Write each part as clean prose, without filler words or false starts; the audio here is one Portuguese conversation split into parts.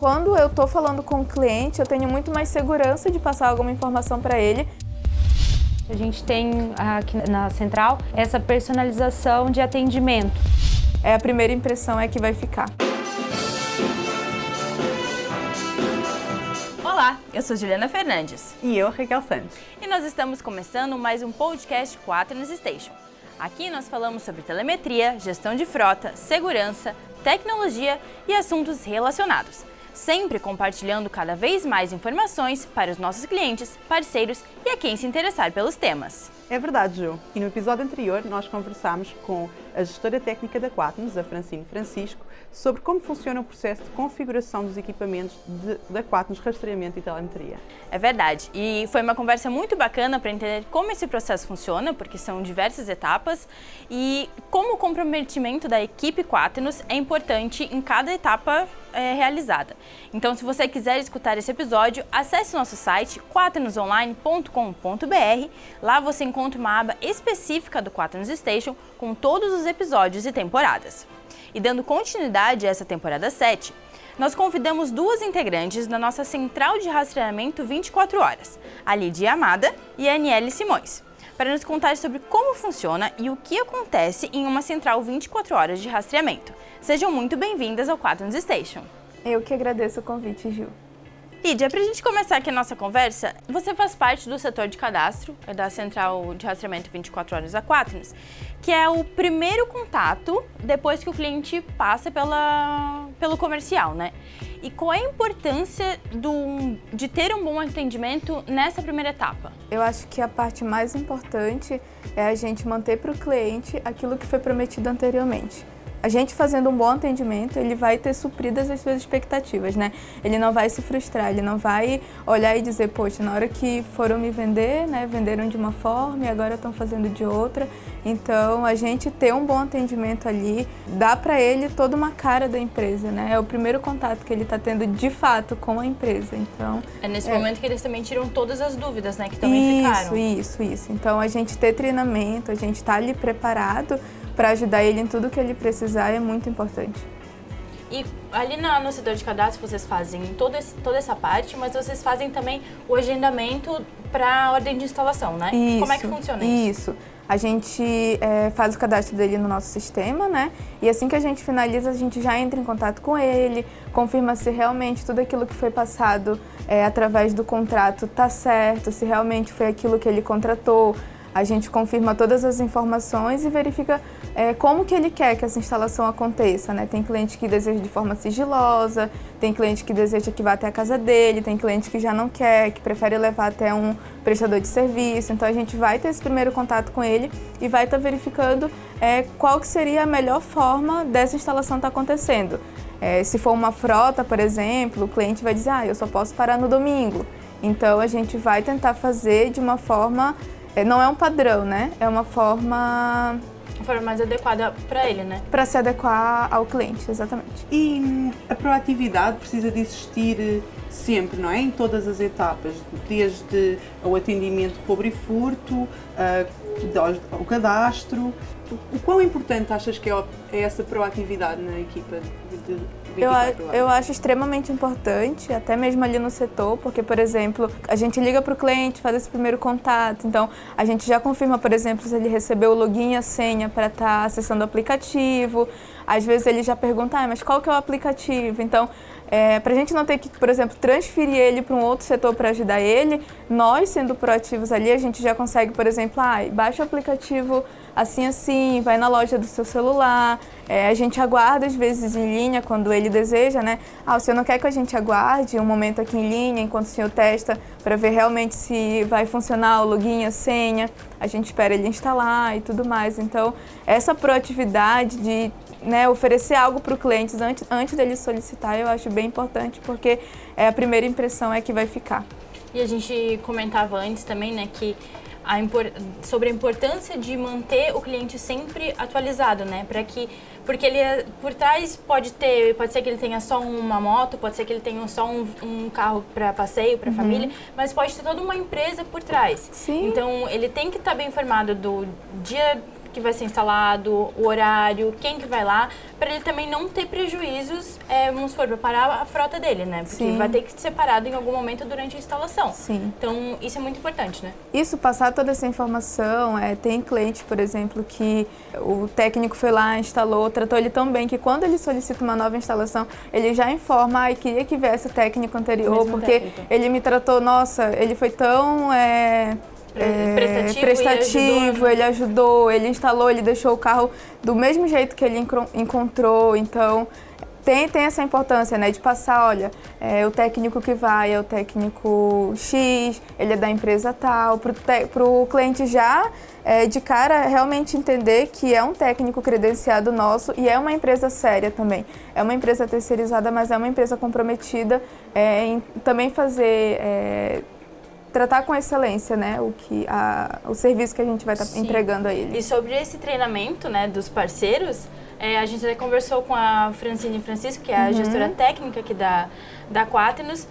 Quando eu estou falando com o cliente, eu tenho muito mais segurança de passar alguma informação para ele. A gente tem aqui na central essa personalização de atendimento. A primeira impressão é que vai ficar. Olá, eu sou Juliana Fernandes. E eu, Raquel Santos. E nós estamos começando mais um podcast Quaternos Station. Aqui nós falamos sobre telemetria, gestão de frota, segurança, tecnologia e assuntos relacionados, sempre compartilhando cada vez mais informações para os nossos clientes, parceiros e a quem se interessar pelos temas. É verdade, Ju. E no episódio anterior nós conversámos com a gestora técnica da Quaternos, a Francine Francisco, sobre como funciona o processo de configuração dos equipamentos da Quaternos Rastreamento e Telemetria. É verdade. E foi uma conversa muito bacana para entender como esse processo funciona, porque são diversas etapas, e como o comprometimento da equipe Quaternos é importante em cada etapa realizada. Então, se você quiser escutar esse episódio, acesse o nosso site quaternosonline.com.br. Lá você encontra uma aba específica do Quaternos Station com todos os episódios e temporadas. E dando continuidade a essa temporada 7, nós convidamos duas integrantes da nossa central de rastreamento 24 horas, a Lídia Amada e a Aniele Simões, para nos contar sobre como funciona e o que acontece em uma central 24 horas de rastreamento. Sejam muito bem-vindas ao Quaternos Station. Eu que agradeço o convite, Gil. Lídia, para a gente começar aqui a nossa conversa, você faz parte do setor de cadastro da Central de Rastreamento 24 Horas da Quaternos, que é o primeiro contato depois que o cliente passa pelo comercial, né? E qual é a importância de ter um bom atendimento nessa primeira etapa? Eu acho que a parte mais importante é a gente manter para o cliente aquilo que foi prometido anteriormente. A gente fazendo um bom atendimento, ele vai ter supridas as suas expectativas, né? Ele não vai se frustrar, ele não vai olhar e dizer, poxa, na hora que foram me vender, né, venderam de uma forma e agora estão fazendo de outra. Então, a gente ter um bom atendimento ali, dá para ele toda uma cara da empresa, né? É o primeiro contato que ele está tendo de fato com a empresa. Então, é nesse momento que eles também tiram todas as dúvidas, né, que também ficaram. Isso. Então, a gente ter treinamento, a gente estar ali preparado para ajudar ele em tudo que ele precisar é muito importante. E ali no setor de cadastro vocês fazem toda essa parte, mas vocês fazem também o agendamento para a ordem de instalação, né? Isso, como é que funciona isso? Isso. A gente faz o cadastro dele no nosso sistema, né? E assim que a gente finaliza, a gente já entra em contato com ele, confirma se realmente tudo aquilo que foi passado através do contrato está certo, se realmente foi aquilo que ele contratou. A gente confirma todas as informações e verifica como que ele quer que essa instalação aconteça, né? Tem cliente que deseja de forma sigilosa, tem cliente que deseja que vá até a casa dele, tem cliente que já não quer, que prefere levar até um prestador de serviço. Então a gente vai ter esse primeiro contato com ele e vai estar verificando qual que seria a melhor forma dessa instalação estar acontecendo. Se for uma frota, por exemplo, o cliente vai dizer, eu só posso parar no domingo. Então a gente vai tentar fazer de uma forma... não é um padrão, né? É uma forma... Uma forma mais adequada para ele, né? Para se adequar ao cliente, exatamente. E a proatividade precisa de existir sempre, não é? Em todas as etapas, desde o atendimento roubo e furto, ao cadastro. O quão importante achas que é essa proatividade na equipa de 24 horas? Eu acho extremamente importante, até mesmo ali no setor, porque, por exemplo, a gente liga para o cliente, faz esse primeiro contato, então a gente já confirma, por exemplo, se ele recebeu o login e a senha para estar acessando o aplicativo. Às vezes ele já pergunta, mas qual que é o aplicativo? Então, para a gente não ter que, por exemplo, transferir ele para um outro setor para ajudar ele, nós, sendo proativos ali, a gente já consegue, por exemplo, baixa o aplicativo assim, vai na loja do seu celular, a gente aguarda às vezes em linha quando ele deseja, né? O senhor não quer que a gente aguarde um momento aqui em linha enquanto o senhor testa para ver realmente se vai funcionar o login, a senha, a gente espera ele instalar e tudo mais. Então, essa proatividade de oferecer algo para o cliente antes dele solicitar, eu acho bem importante, porque a primeira impressão é que vai ficar. E a gente comentava antes também, né, que sobre a importância de manter o cliente sempre atualizado, né, porque ele por trás pode ser que ele tenha só uma moto, pode ser que ele tenha só um carro para passeio, para família, mas pode ter toda uma empresa por trás. Sim. Então ele tem que estar bem informado do dia que vai ser instalado, o horário, quem que vai lá, para ele também não ter prejuízos, vamos supor, para parar a frota dele, né? Porque Sim. vai ter que ser parado em algum momento durante a instalação. Sim. Então, isso é muito importante, né? Isso, passar toda essa informação, tem cliente, por exemplo, que o técnico foi lá, instalou, tratou ele tão bem que quando ele solicita uma nova instalação, ele já informa, queria que viesse o técnico anterior, Mesmo porque técnico. ele me tratou, nossa, ele foi tão prestativo, ele ajudou, ele instalou, ele deixou o carro do mesmo jeito que ele encontrou, então tem essa importância, né, de passar, olha, o técnico que vai é o técnico X, ele é da empresa tal, para o cliente já de cara realmente entender que é um técnico credenciado nosso e é uma empresa séria também. É uma empresa terceirizada, mas é uma empresa comprometida em também fazer... tratar com excelência, né, o serviço que a gente vai estar entregando a ele. E sobre esse treinamento, né, dos parceiros, a gente já conversou com a Francine Francisco, que é a gestora técnica aqui da Quaternos,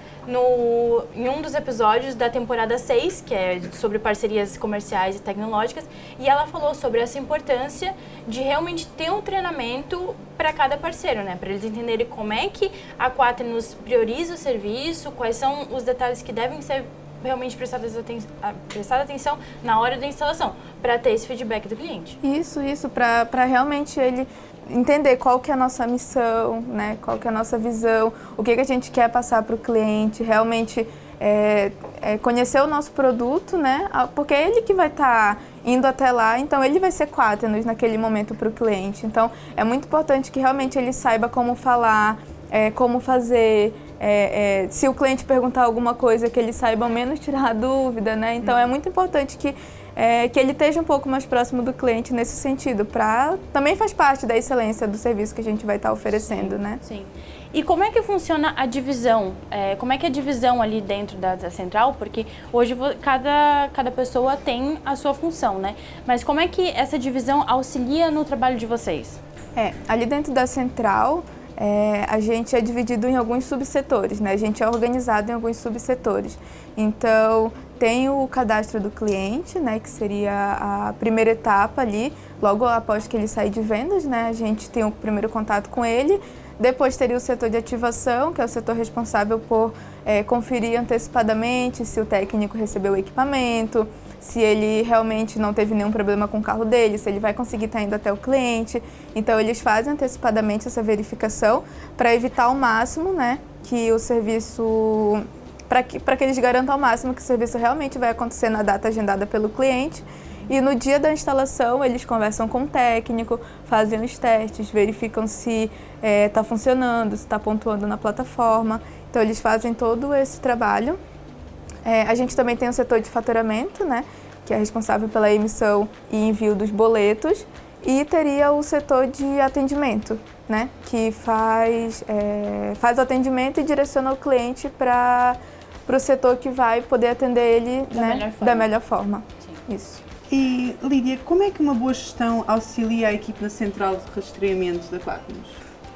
em um dos episódios da temporada 6, que é sobre parcerias comerciais e tecnológicas, e ela falou sobre essa importância de realmente ter um treinamento para cada parceiro, né, para eles entenderem como é que a Quaternos prioriza o serviço, quais são os detalhes que devem ser realmente prestada atenção na hora da instalação, para ter esse feedback do cliente. Isso, para realmente ele entender qual que é a nossa missão, né, qual que é a nossa visão, o que a gente quer passar para o cliente, realmente conhecer o nosso produto, né, porque é ele que vai estar indo até lá, então ele vai ser Quaternos naquele momento para o cliente. Então, é muito importante que realmente ele saiba como falar, como fazer, se o cliente perguntar alguma coisa, que ele saiba ao menos tirar a dúvida, né? Então, é muito importante que ele esteja um pouco mais próximo do cliente nesse sentido, também faz parte da excelência do serviço que a gente vai estar oferecendo, né? Sim. E como é que funciona a divisão? Como é que é a divisão ali dentro da central? Porque hoje cada pessoa tem a sua função, né? Mas como é que essa divisão auxilia no trabalho de vocês? Ali dentro da central, a gente é dividido em alguns subsetores, né? A gente é organizado em alguns subsetores. Então, tem o cadastro do cliente, né? Que seria a primeira etapa ali, logo após que ele sair de vendas, né? A gente tem o primeiro contato com ele. Depois teria o setor de ativação, que é o setor responsável por conferir antecipadamente se o técnico recebeu o equipamento, se ele realmente não teve nenhum problema com o carro dele, se ele vai conseguir estar indo até o cliente. Então, eles fazem antecipadamente essa verificação para evitar ao máximo, né, que o serviço... para que eles garantam ao máximo que o serviço realmente vai acontecer na data agendada pelo cliente. E no dia da instalação, eles conversam com o técnico, fazem os testes, verificam se está funcionando, se está pontuando na plataforma. Então, eles fazem todo esse trabalho. A gente também tem o setor de faturamento, né, que é responsável pela emissão e envio dos boletos. E teria o setor de atendimento, né, que faz o atendimento e direciona o cliente para o setor que vai poder atender ele da melhor forma. Sim. Isso. E, Lídia, como é que uma boa gestão auxilia a equipe na central de rastreamento da Quaternos?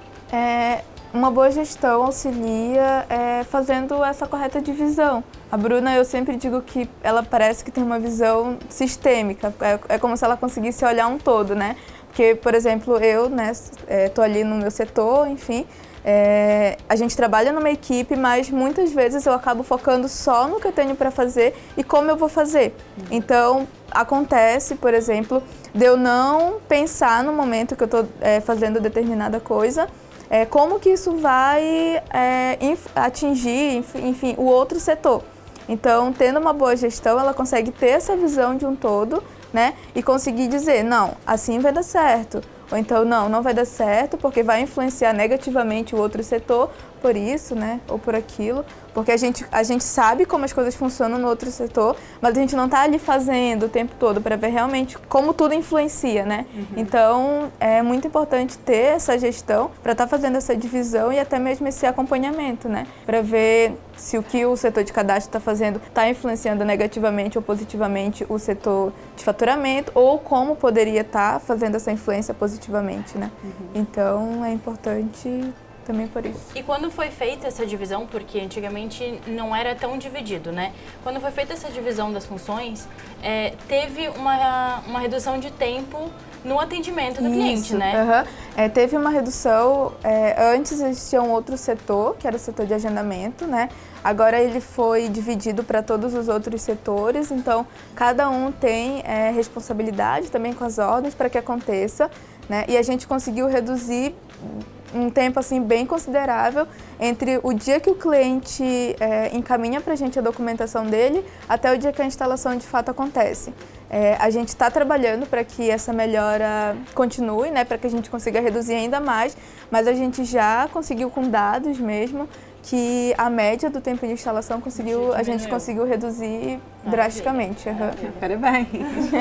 Uma boa gestão auxilia fazendo essa correta divisão. A Bruna, eu sempre digo que ela parece que tem uma visão sistêmica, é como se ela conseguisse olhar um todo, né? Porque, por exemplo, eu, né, tô ali no meu setor, enfim, a gente trabalha numa equipe, mas muitas vezes eu acabo focando só no que eu tenho para fazer e como eu vou fazer. Então, acontece, por exemplo, de eu não pensar no momento que eu estou fazendo determinada coisa, como que isso vai atingir, enfim, o outro setor. Então, tendo uma boa gestão, ela consegue ter essa visão de um todo, né, e conseguir dizer, não, assim vai dar certo. Ou então, não vai dar certo porque vai influenciar negativamente o outro setor por isso, né, ou por aquilo. Porque a gente sabe como as coisas funcionam no outro setor, mas a gente não está ali fazendo o tempo todo para ver realmente como tudo influencia, né? Uhum. Então, é muito importante ter essa gestão para estar fazendo essa divisão e até mesmo esse acompanhamento, né? Para ver se o que o setor de cadastro está fazendo está influenciando negativamente ou positivamente o setor de faturamento ou como poderia estar fazendo essa influência positivamente, né? Uhum. Então, é importante também por isso. E quando foi feita essa divisão, porque antigamente não era tão dividido, né? Quando foi feita essa divisão das funções, teve uma redução de tempo no atendimento do cliente, né? Teve uma redução, antes existia um outro setor, que era o setor de agendamento, né? Agora ele foi dividido para todos os outros setores, então cada um tem responsabilidade também com as ordens para que aconteça, né? E a gente conseguiu reduzir um tempo assim bem considerável entre o dia que o cliente encaminha para a gente a documentação dele até o dia que a instalação de fato acontece. A gente está trabalhando para que essa melhora continue, né, para que a gente consiga reduzir ainda mais, mas a gente já conseguiu com dados mesmo que a média do tempo de instalação a gente conseguiu reduzir drasticamente. Parabéns!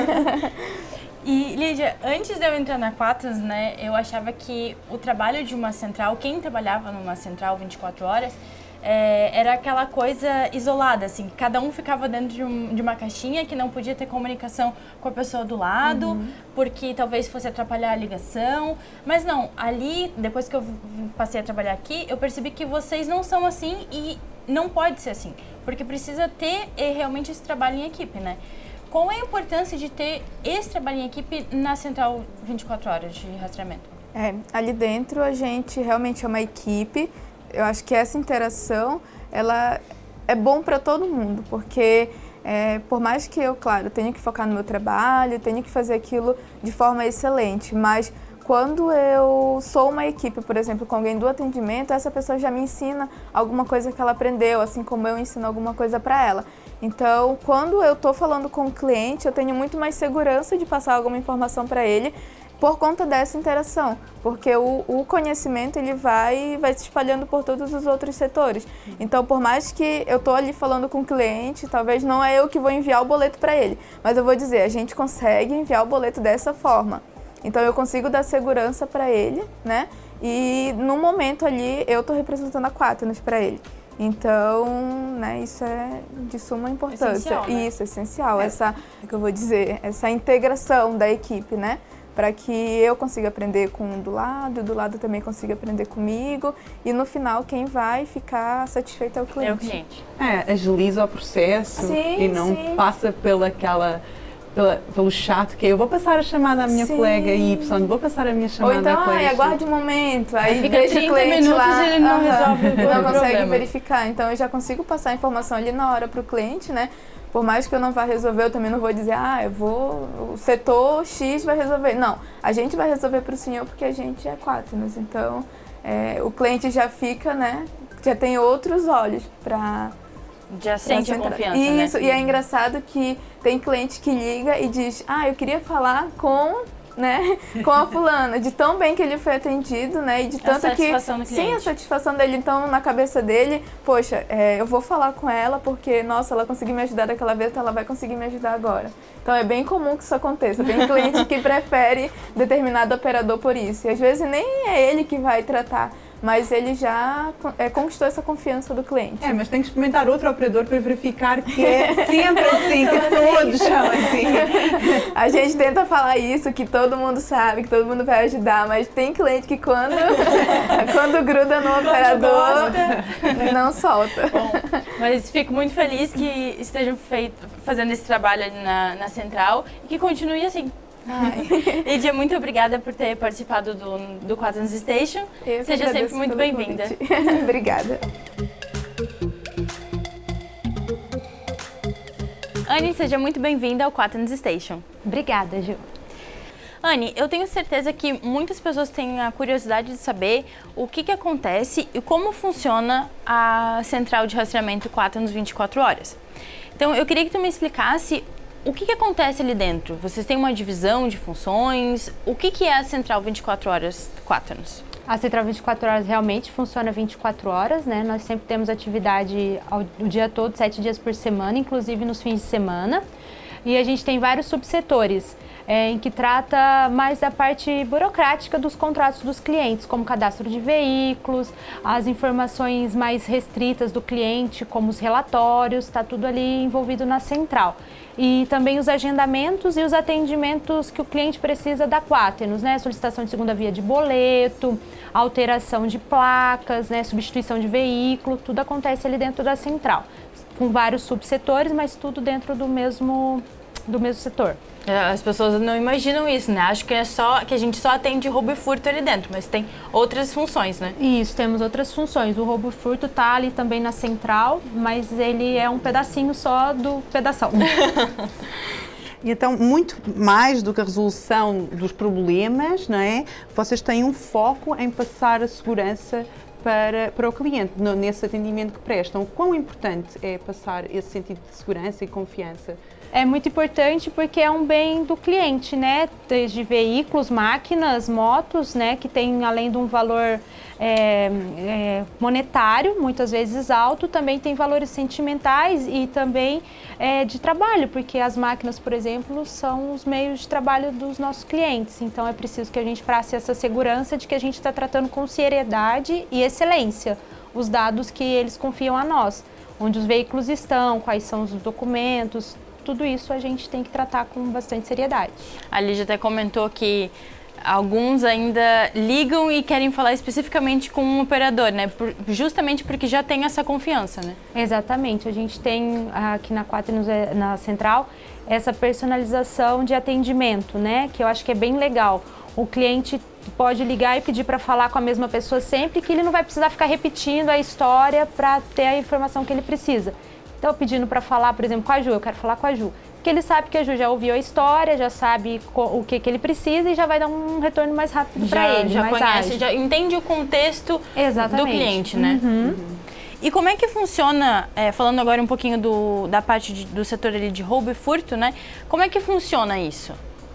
E, Lídia, antes de eu entrar na Quaternos, né, eu achava que o trabalho de uma central, quem trabalhava numa central 24 horas, era aquela coisa isolada, assim, cada um ficava dentro de uma caixinha que não podia ter comunicação com a pessoa do lado, porque talvez fosse atrapalhar a ligação. Mas não, ali, depois que eu passei a trabalhar aqui, eu percebi que vocês não são assim e não pode ser assim, porque precisa ter realmente esse trabalho em equipe, né? Qual é a importância de ter esse trabalho em equipe na central 24 horas de rastreamento? Ali dentro a gente realmente é uma equipe. Eu acho que essa interação, ela é bom para todo mundo, porque por mais que eu, claro, tenha que focar no meu trabalho, tenha que fazer aquilo de forma excelente, mas quando eu sou uma equipe, por exemplo, com alguém do atendimento, essa pessoa já me ensina alguma coisa que ela aprendeu, assim como eu ensino alguma coisa para ela. Então, quando eu estou falando com o cliente, eu tenho muito mais segurança de passar alguma informação para ele por conta dessa interação, porque o conhecimento ele vai se espalhando por todos os outros setores. Então, por mais que eu estou ali falando com o cliente, talvez não é eu que vou enviar o boleto para ele, mas eu vou dizer, a gente consegue enviar o boleto dessa forma. Então, eu consigo dar segurança para ele, né? E no momento ali, eu estou representando a Quaternos para ele. Então, né, isso é de suma importância. Essencial, né? Isso, essencial. Essa integração da equipe, né? Para que eu consiga aprender com um do lado também consiga aprender comigo e no final quem vai ficar satisfeito é o cliente. É o cliente. Agiliza o processo e não passa pelo chato que eu vou passar a chamada à minha colega Y, vou passar a minha chamada à colega. Ou então, aguarde um momento, aí fica deixa 30 o cliente minutos lá, e ele não resolve o não consegue problema. verificar. Então eu já consigo passar a informação ali na hora para o cliente, né? Por mais que eu não vá resolver, eu também não vou dizer, o setor X vai resolver. Não, a gente vai resolver para o senhor porque a gente é Quaternos. Então, o cliente já fica, né, já tem outros olhos para... Já sente a confiança, Isso, né? E é engraçado que tem cliente que liga e diz, eu queria falar com a fulana, de tão bem que ele foi atendido, né? E de tanto que... satisfação do cliente. Sim, a satisfação dele. Então, na cabeça dele, poxa, eu vou falar com ela porque, nossa, ela conseguiu me ajudar daquela vez, então ela vai conseguir me ajudar agora. Então, é bem comum que isso aconteça. Tem cliente que prefere determinado operador por isso. E às vezes nem é ele que vai tratar, mas ele já conquistou essa confiança do cliente. Mas tem que experimentar outro operador para verificar que é sempre assim, que todos são assim. A gente tenta falar isso, que todo mundo sabe, que todo mundo vai ajudar, mas tem cliente que quando gruda no operador, não solta. Bom, mas fico muito feliz que estejam fazendo esse trabalho ali na central e que continue assim. Lídia, muito obrigada por ter participado do Quaternos Station. Seja sempre muito bem-vinda. Obrigada. Anne, seja muito bem-vinda ao Quaternos Station. Obrigada, Ju. Anne, eu tenho certeza que muitas pessoas têm a curiosidade de saber o que acontece e como funciona a central de rastreamento Quaternos 24 horas. Então, eu queria que tu me explicasse o que acontece ali dentro? Vocês têm uma divisão de funções? O que é a Central 24 Horas Quaternos? A Central 24 Horas realmente funciona 24 horas, né? Nós sempre temos atividade o dia todo, 7 dias por semana, inclusive nos fins de semana. E a gente tem vários subsetores. em que trata mais da parte burocrática dos contratos dos clientes, como cadastro de veículos, as informações mais restritas do cliente, como os relatórios, está tudo ali envolvido na central. E também os agendamentos e os atendimentos que o cliente precisa da Quaternos, né? Solicitação de segunda via de boleto, alteração de placas, né? Substituição de veículo, tudo acontece ali dentro da central, com vários subsetores, mas tudo dentro do mesmo setor. As pessoas não imaginam isso, né? Acho que que a gente só atende roubo e furto ali dentro, mas tem outras funções, né? Isso, temos outras funções. O roubo e furto está ali também na central, mas ele é um pedacinho só do pedação. E então, muito mais do que a resolução dos problemas, não é? Vocês têm um foco em passar a segurança para o cliente, nesse atendimento que prestam. Quão importante é passar esse sentido de segurança e confiança? É muito importante porque é um bem do cliente, né? Desde veículos, máquinas, motos, né? Que tem, além de um valor monetário, muitas vezes alto, também tem valores sentimentais e também de trabalho, porque as máquinas, por exemplo, são os meios de trabalho dos nossos clientes. Então é preciso que a gente passe essa segurança de que a gente está tratando com seriedade e excelência os dados que eles confiam a nós, onde os veículos estão, quais são os documentos. Tudo isso a gente tem que tratar com bastante seriedade. A Lígia até comentou que alguns ainda ligam e querem falar especificamente com um operador, né? Justamente porque já tem essa confiança, né? Exatamente. A gente tem aqui na Quaternos, na central, essa personalização de atendimento, né? Que eu acho que é bem legal. O cliente pode ligar e pedir para falar com a mesma pessoa sempre, que ele não vai precisar ficar repetindo a história para ter a informação que ele precisa. Então, pedindo para falar, por exemplo, com a Ju, eu quero falar com a Ju. Porque ele sabe que a Ju já ouviu a história, já sabe o que ele precisa e já vai dar um retorno mais rápido para ele. Já mais conhece, ágil. já entende o contexto do cliente, né? Uhum. E como é que funciona, falando agora um pouquinho da parte do setor ali de roubo e furto, né? Como é que funciona isso?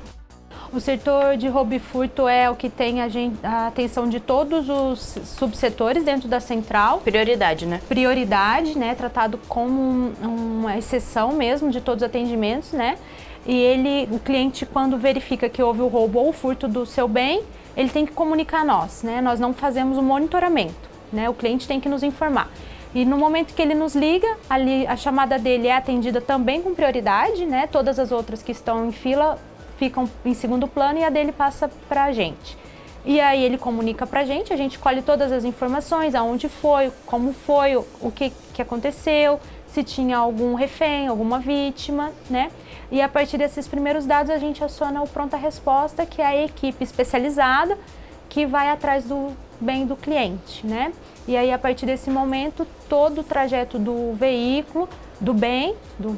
O setor de roubo e furto é o que tem a atenção de todos os subsetores dentro da central. Prioridade, né? Prioridade, né? Tratado como uma exceção mesmo de todos os atendimentos, né? E o cliente, quando verifica que houve o roubo ou o furto do seu bem, ele tem que comunicar a nós, né? Nós não fazemos o monitoramento, né? O cliente tem que nos informar. E no momento que ele nos liga, ali a chamada dele é atendida também com prioridade, né? Todas as outras que estão em fila ficam em segundo plano e a dele passa para a gente. E aí ele comunica para a gente colhe todas as informações, aonde foi, como foi, o que aconteceu, se tinha algum refém, alguma vítima, né? E a partir desses primeiros dados a gente aciona o Pronta Resposta, que é a equipe especializada que vai atrás do bem do cliente, né? E aí a partir desse momento todo o trajeto do veículo, do bem,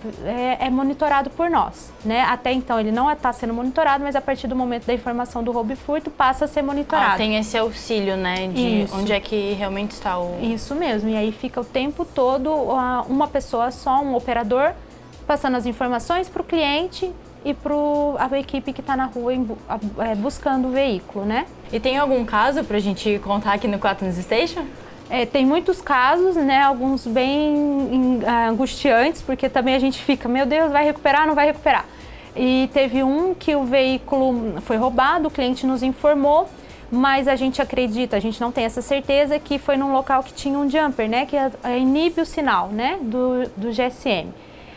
é monitorado por nós, né? Até então ele não está sendo monitorado, mas a partir do momento da informação do roubo e furto passa a ser monitorado. Tem esse auxílio, né? De onde é que realmente está o... Isso mesmo, e aí fica o tempo todo uma pessoa só, um operador, passando as informações para o cliente e para a equipe que está na rua buscando o veículo, né? E tem algum caso para a gente contar aqui no Quaternos Station? Tem muitos casos, né? Alguns bem angustiantes, porque também a gente fica, meu Deus, vai recuperar, não vai recuperar. E teve um que o veículo foi roubado, o cliente nos informou, mas a gente acredita, a gente não tem essa certeza, que foi num local que tinha um jumper, né? Que inibe o sinal, né? Do GSM.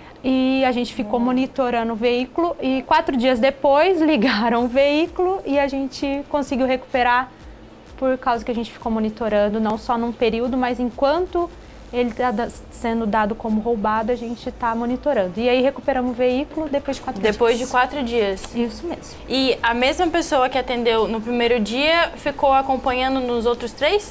E a gente ficou monitorando o veículo e 4 dias depois ligaram o veículo e a gente conseguiu recuperar por causa que a gente ficou monitorando, não só num período, mas enquanto ele está sendo dado como roubado, a gente está monitorando. E aí recuperamos o veículo depois de 4 dias. Depois de 4 dias. Isso mesmo. E a mesma pessoa que atendeu no primeiro dia ficou acompanhando nos outros 3?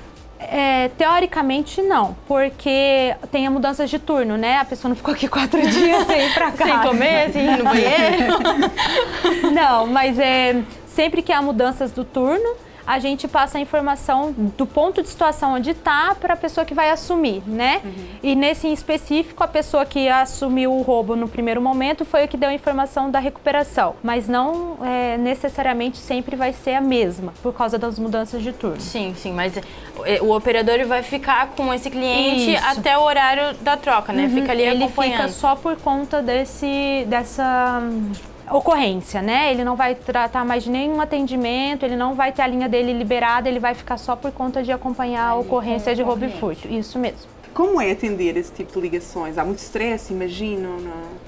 Teoricamente não, porque tem a mudança de turno, né? A pessoa não ficou aqui 4 dias sem ir pra casa. Sem comer, sem ir no banheiro? Não, mas sempre que há mudanças do turno, a gente passa a informação do ponto de situação onde está para a pessoa que vai assumir, né? Uhum. E nesse em específico, a pessoa que assumiu o roubo no primeiro momento foi o que deu a informação da recuperação. Mas não necessariamente sempre vai ser a mesma, por causa das mudanças de turno. Sim, mas o operador vai ficar com esse cliente até o horário da troca, né? Fica ali acompanhando. Ele fica só por conta dessa ocorrência, né? Ele não vai tratar mais de nenhum atendimento, ele não vai ter a linha dele liberada, ele vai ficar só por conta de acompanhar a ocorrência de roubo e furto. Isso mesmo. Como é atender esse tipo de ligações? Há muito stress, imagino, não?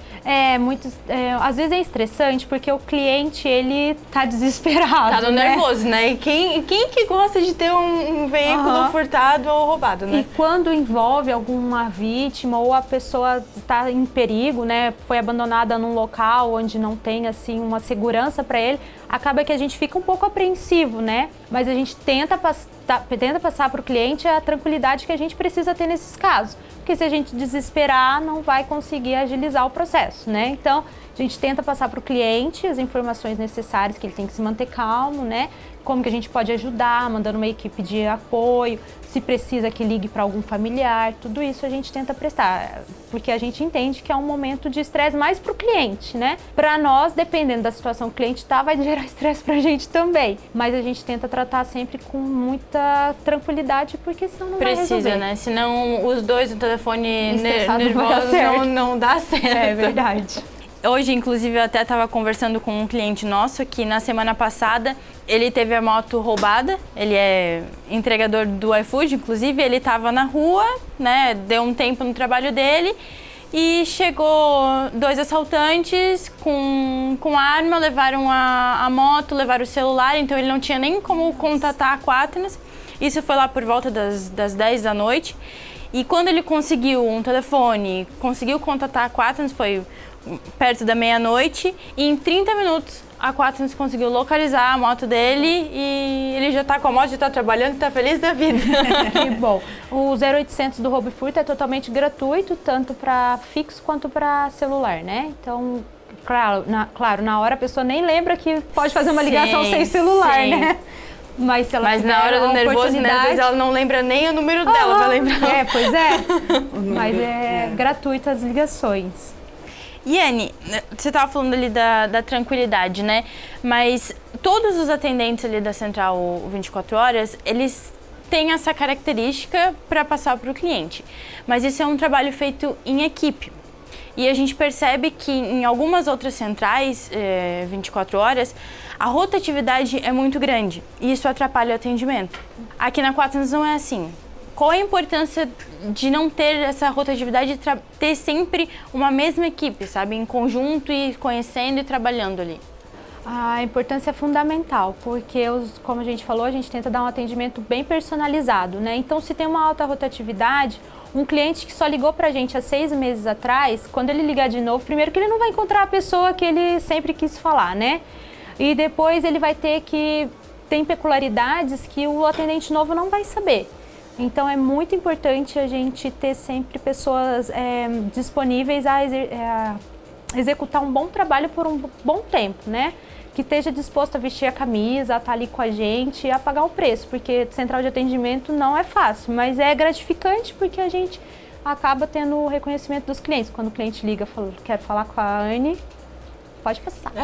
Às vezes é estressante porque o cliente, ele tá desesperado, tá nervoso, né? E quem que gosta de ter um veículo furtado ou roubado, né? E quando envolve alguma vítima ou a pessoa está em perigo, né? Foi abandonada num local onde não tem, assim, uma segurança para ele, acaba que a gente fica um pouco apreensivo, né? Mas a gente tenta passar para o cliente a tranquilidade que a gente precisa ter nesses casos. Porque se a gente desesperar, não vai conseguir agilizar o processo, né? Então, a gente tenta passar para o cliente as informações necessárias, que ele tem que se manter calmo, né? Como que a gente pode ajudar, mandando uma equipe de apoio, se precisa que ligue para algum familiar, tudo isso a gente tenta prestar, porque a gente entende que é um momento de estresse mais para o cliente, né? Para nós, dependendo da situação que o cliente está, vai gerar estresse para a gente também, mas a gente tenta tratar sempre com muita tranquilidade, porque senão não vai resolver. Precisa, né? Senão os dois no telefone nervosos não dá certo. É verdade. Hoje, inclusive, eu até estava conversando com um cliente nosso que na semana passada ele teve a moto roubada. Ele é entregador do iFood, inclusive, ele estava na rua, né? Deu um tempo no trabalho dele e chegou 2 assaltantes com arma, levaram a moto, levaram o celular, então ele não tinha nem como contatar a Quaternos. Isso foi lá por volta das 10 da noite. E quando ele conseguiu um telefone, conseguiu contatar a Quaternos, foi perto da meia-noite, e em 30 minutos a Quaternos conseguiu localizar a moto dele e ele já tá com a moto, já tá trabalhando, tá feliz da vida. Que bom. O 0800 do roubo e furto é totalmente gratuito, tanto para fixo quanto para celular, né? Então, claro, na hora a pessoa nem lembra que pode fazer uma ligação sem celular, né? Mas se ela na hora do nervoso, né, às vezes ela não lembra nem o número dela, vai lembrar. Pois é. Mas é gratuito as ligações. Yane, você estava falando ali da tranquilidade, né? Mas todos os atendentes ali da Central 24 Horas, eles têm essa característica para passar para o cliente. Mas isso é um trabalho feito em equipe. E a gente percebe que em algumas outras centrais 24 horas, a rotatividade é muito grande e isso atrapalha o atendimento. Aqui na Quaternos não é assim. Qual a importância de não ter essa rotatividade, de ter sempre uma mesma equipe, sabe? Em conjunto e conhecendo e trabalhando ali. A importância é fundamental, porque, como a gente falou, a gente tenta dar um atendimento bem personalizado, né? Então, se tem uma alta rotatividade, um cliente que só ligou pra gente há 6 meses atrás, quando ele ligar de novo, primeiro que ele não vai encontrar a pessoa que ele sempre quis falar, né? E depois ele vai ter que... Tem peculiaridades que o atendente novo não vai saber. Então, é muito importante a gente ter sempre pessoas disponíveis a executar um bom trabalho por um bom tempo, né? Que esteja disposto a vestir a camisa, a estar ali com a gente e a pagar o preço, porque central de atendimento não é fácil, mas é gratificante porque a gente acaba tendo o reconhecimento dos clientes. Quando o cliente liga e fala, quero falar com a Anne, pode passar.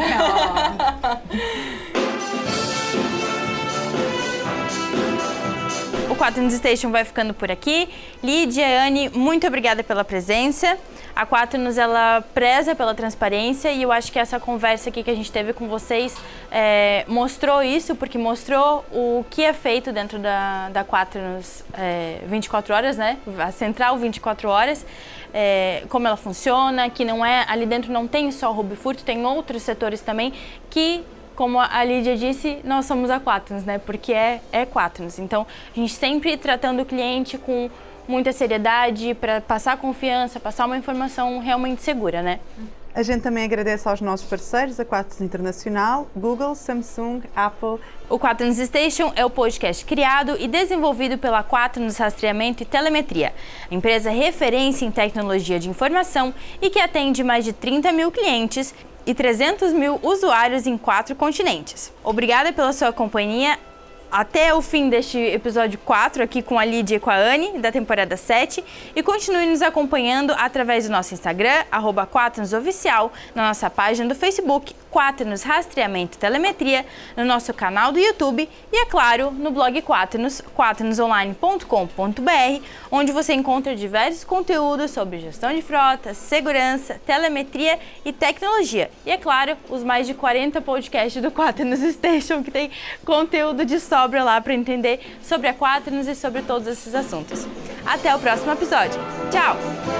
O Quaternos Station vai ficando por aqui. Lídia, Anne, muito obrigada pela presença. A Quaternos, ela preza pela transparência e eu acho que essa conversa aqui que a gente teve com vocês mostrou isso, porque mostrou o que é feito dentro da Quaternos 24 horas, né? A Central 24 horas, como ela funciona, que não é, ali dentro não tem só roubo e furto, tem outros setores também que, como a Lídia disse, nós somos a Quaternos, né? Porque é Quaternos. Então, a gente sempre tratando o cliente com muita seriedade, para passar confiança, passar uma informação realmente segura, né? A gente também agradece aos nossos parceiros, a Quaternos Internacional, Google, Samsung, Apple. O Quaternos Station é o podcast criado e desenvolvido pela Quaternos Rastreamento e Telemetria, empresa referência em tecnologia de informação e que atende mais de 30 mil clientes e 300 mil usuários em 4 continentes. Obrigada pela sua companhia até o fim deste episódio 4 aqui com a Lídia e com a Anne, da temporada 7. E continue nos acompanhando através do nosso Instagram, @quaternosoficial, na nossa página do Facebook, Quaternos Rastreamento e Telemetria, no nosso canal do YouTube e, é claro, no blog Quaternos, quaternosonline.com.br, onde você encontra diversos conteúdos sobre gestão de frota, segurança, telemetria e tecnologia. E, é claro, os mais de 40 podcasts do Quaternos Station, que tem conteúdo de sobra lá para entender sobre a Quaternos e sobre todos esses assuntos. Até o próximo episódio. Tchau!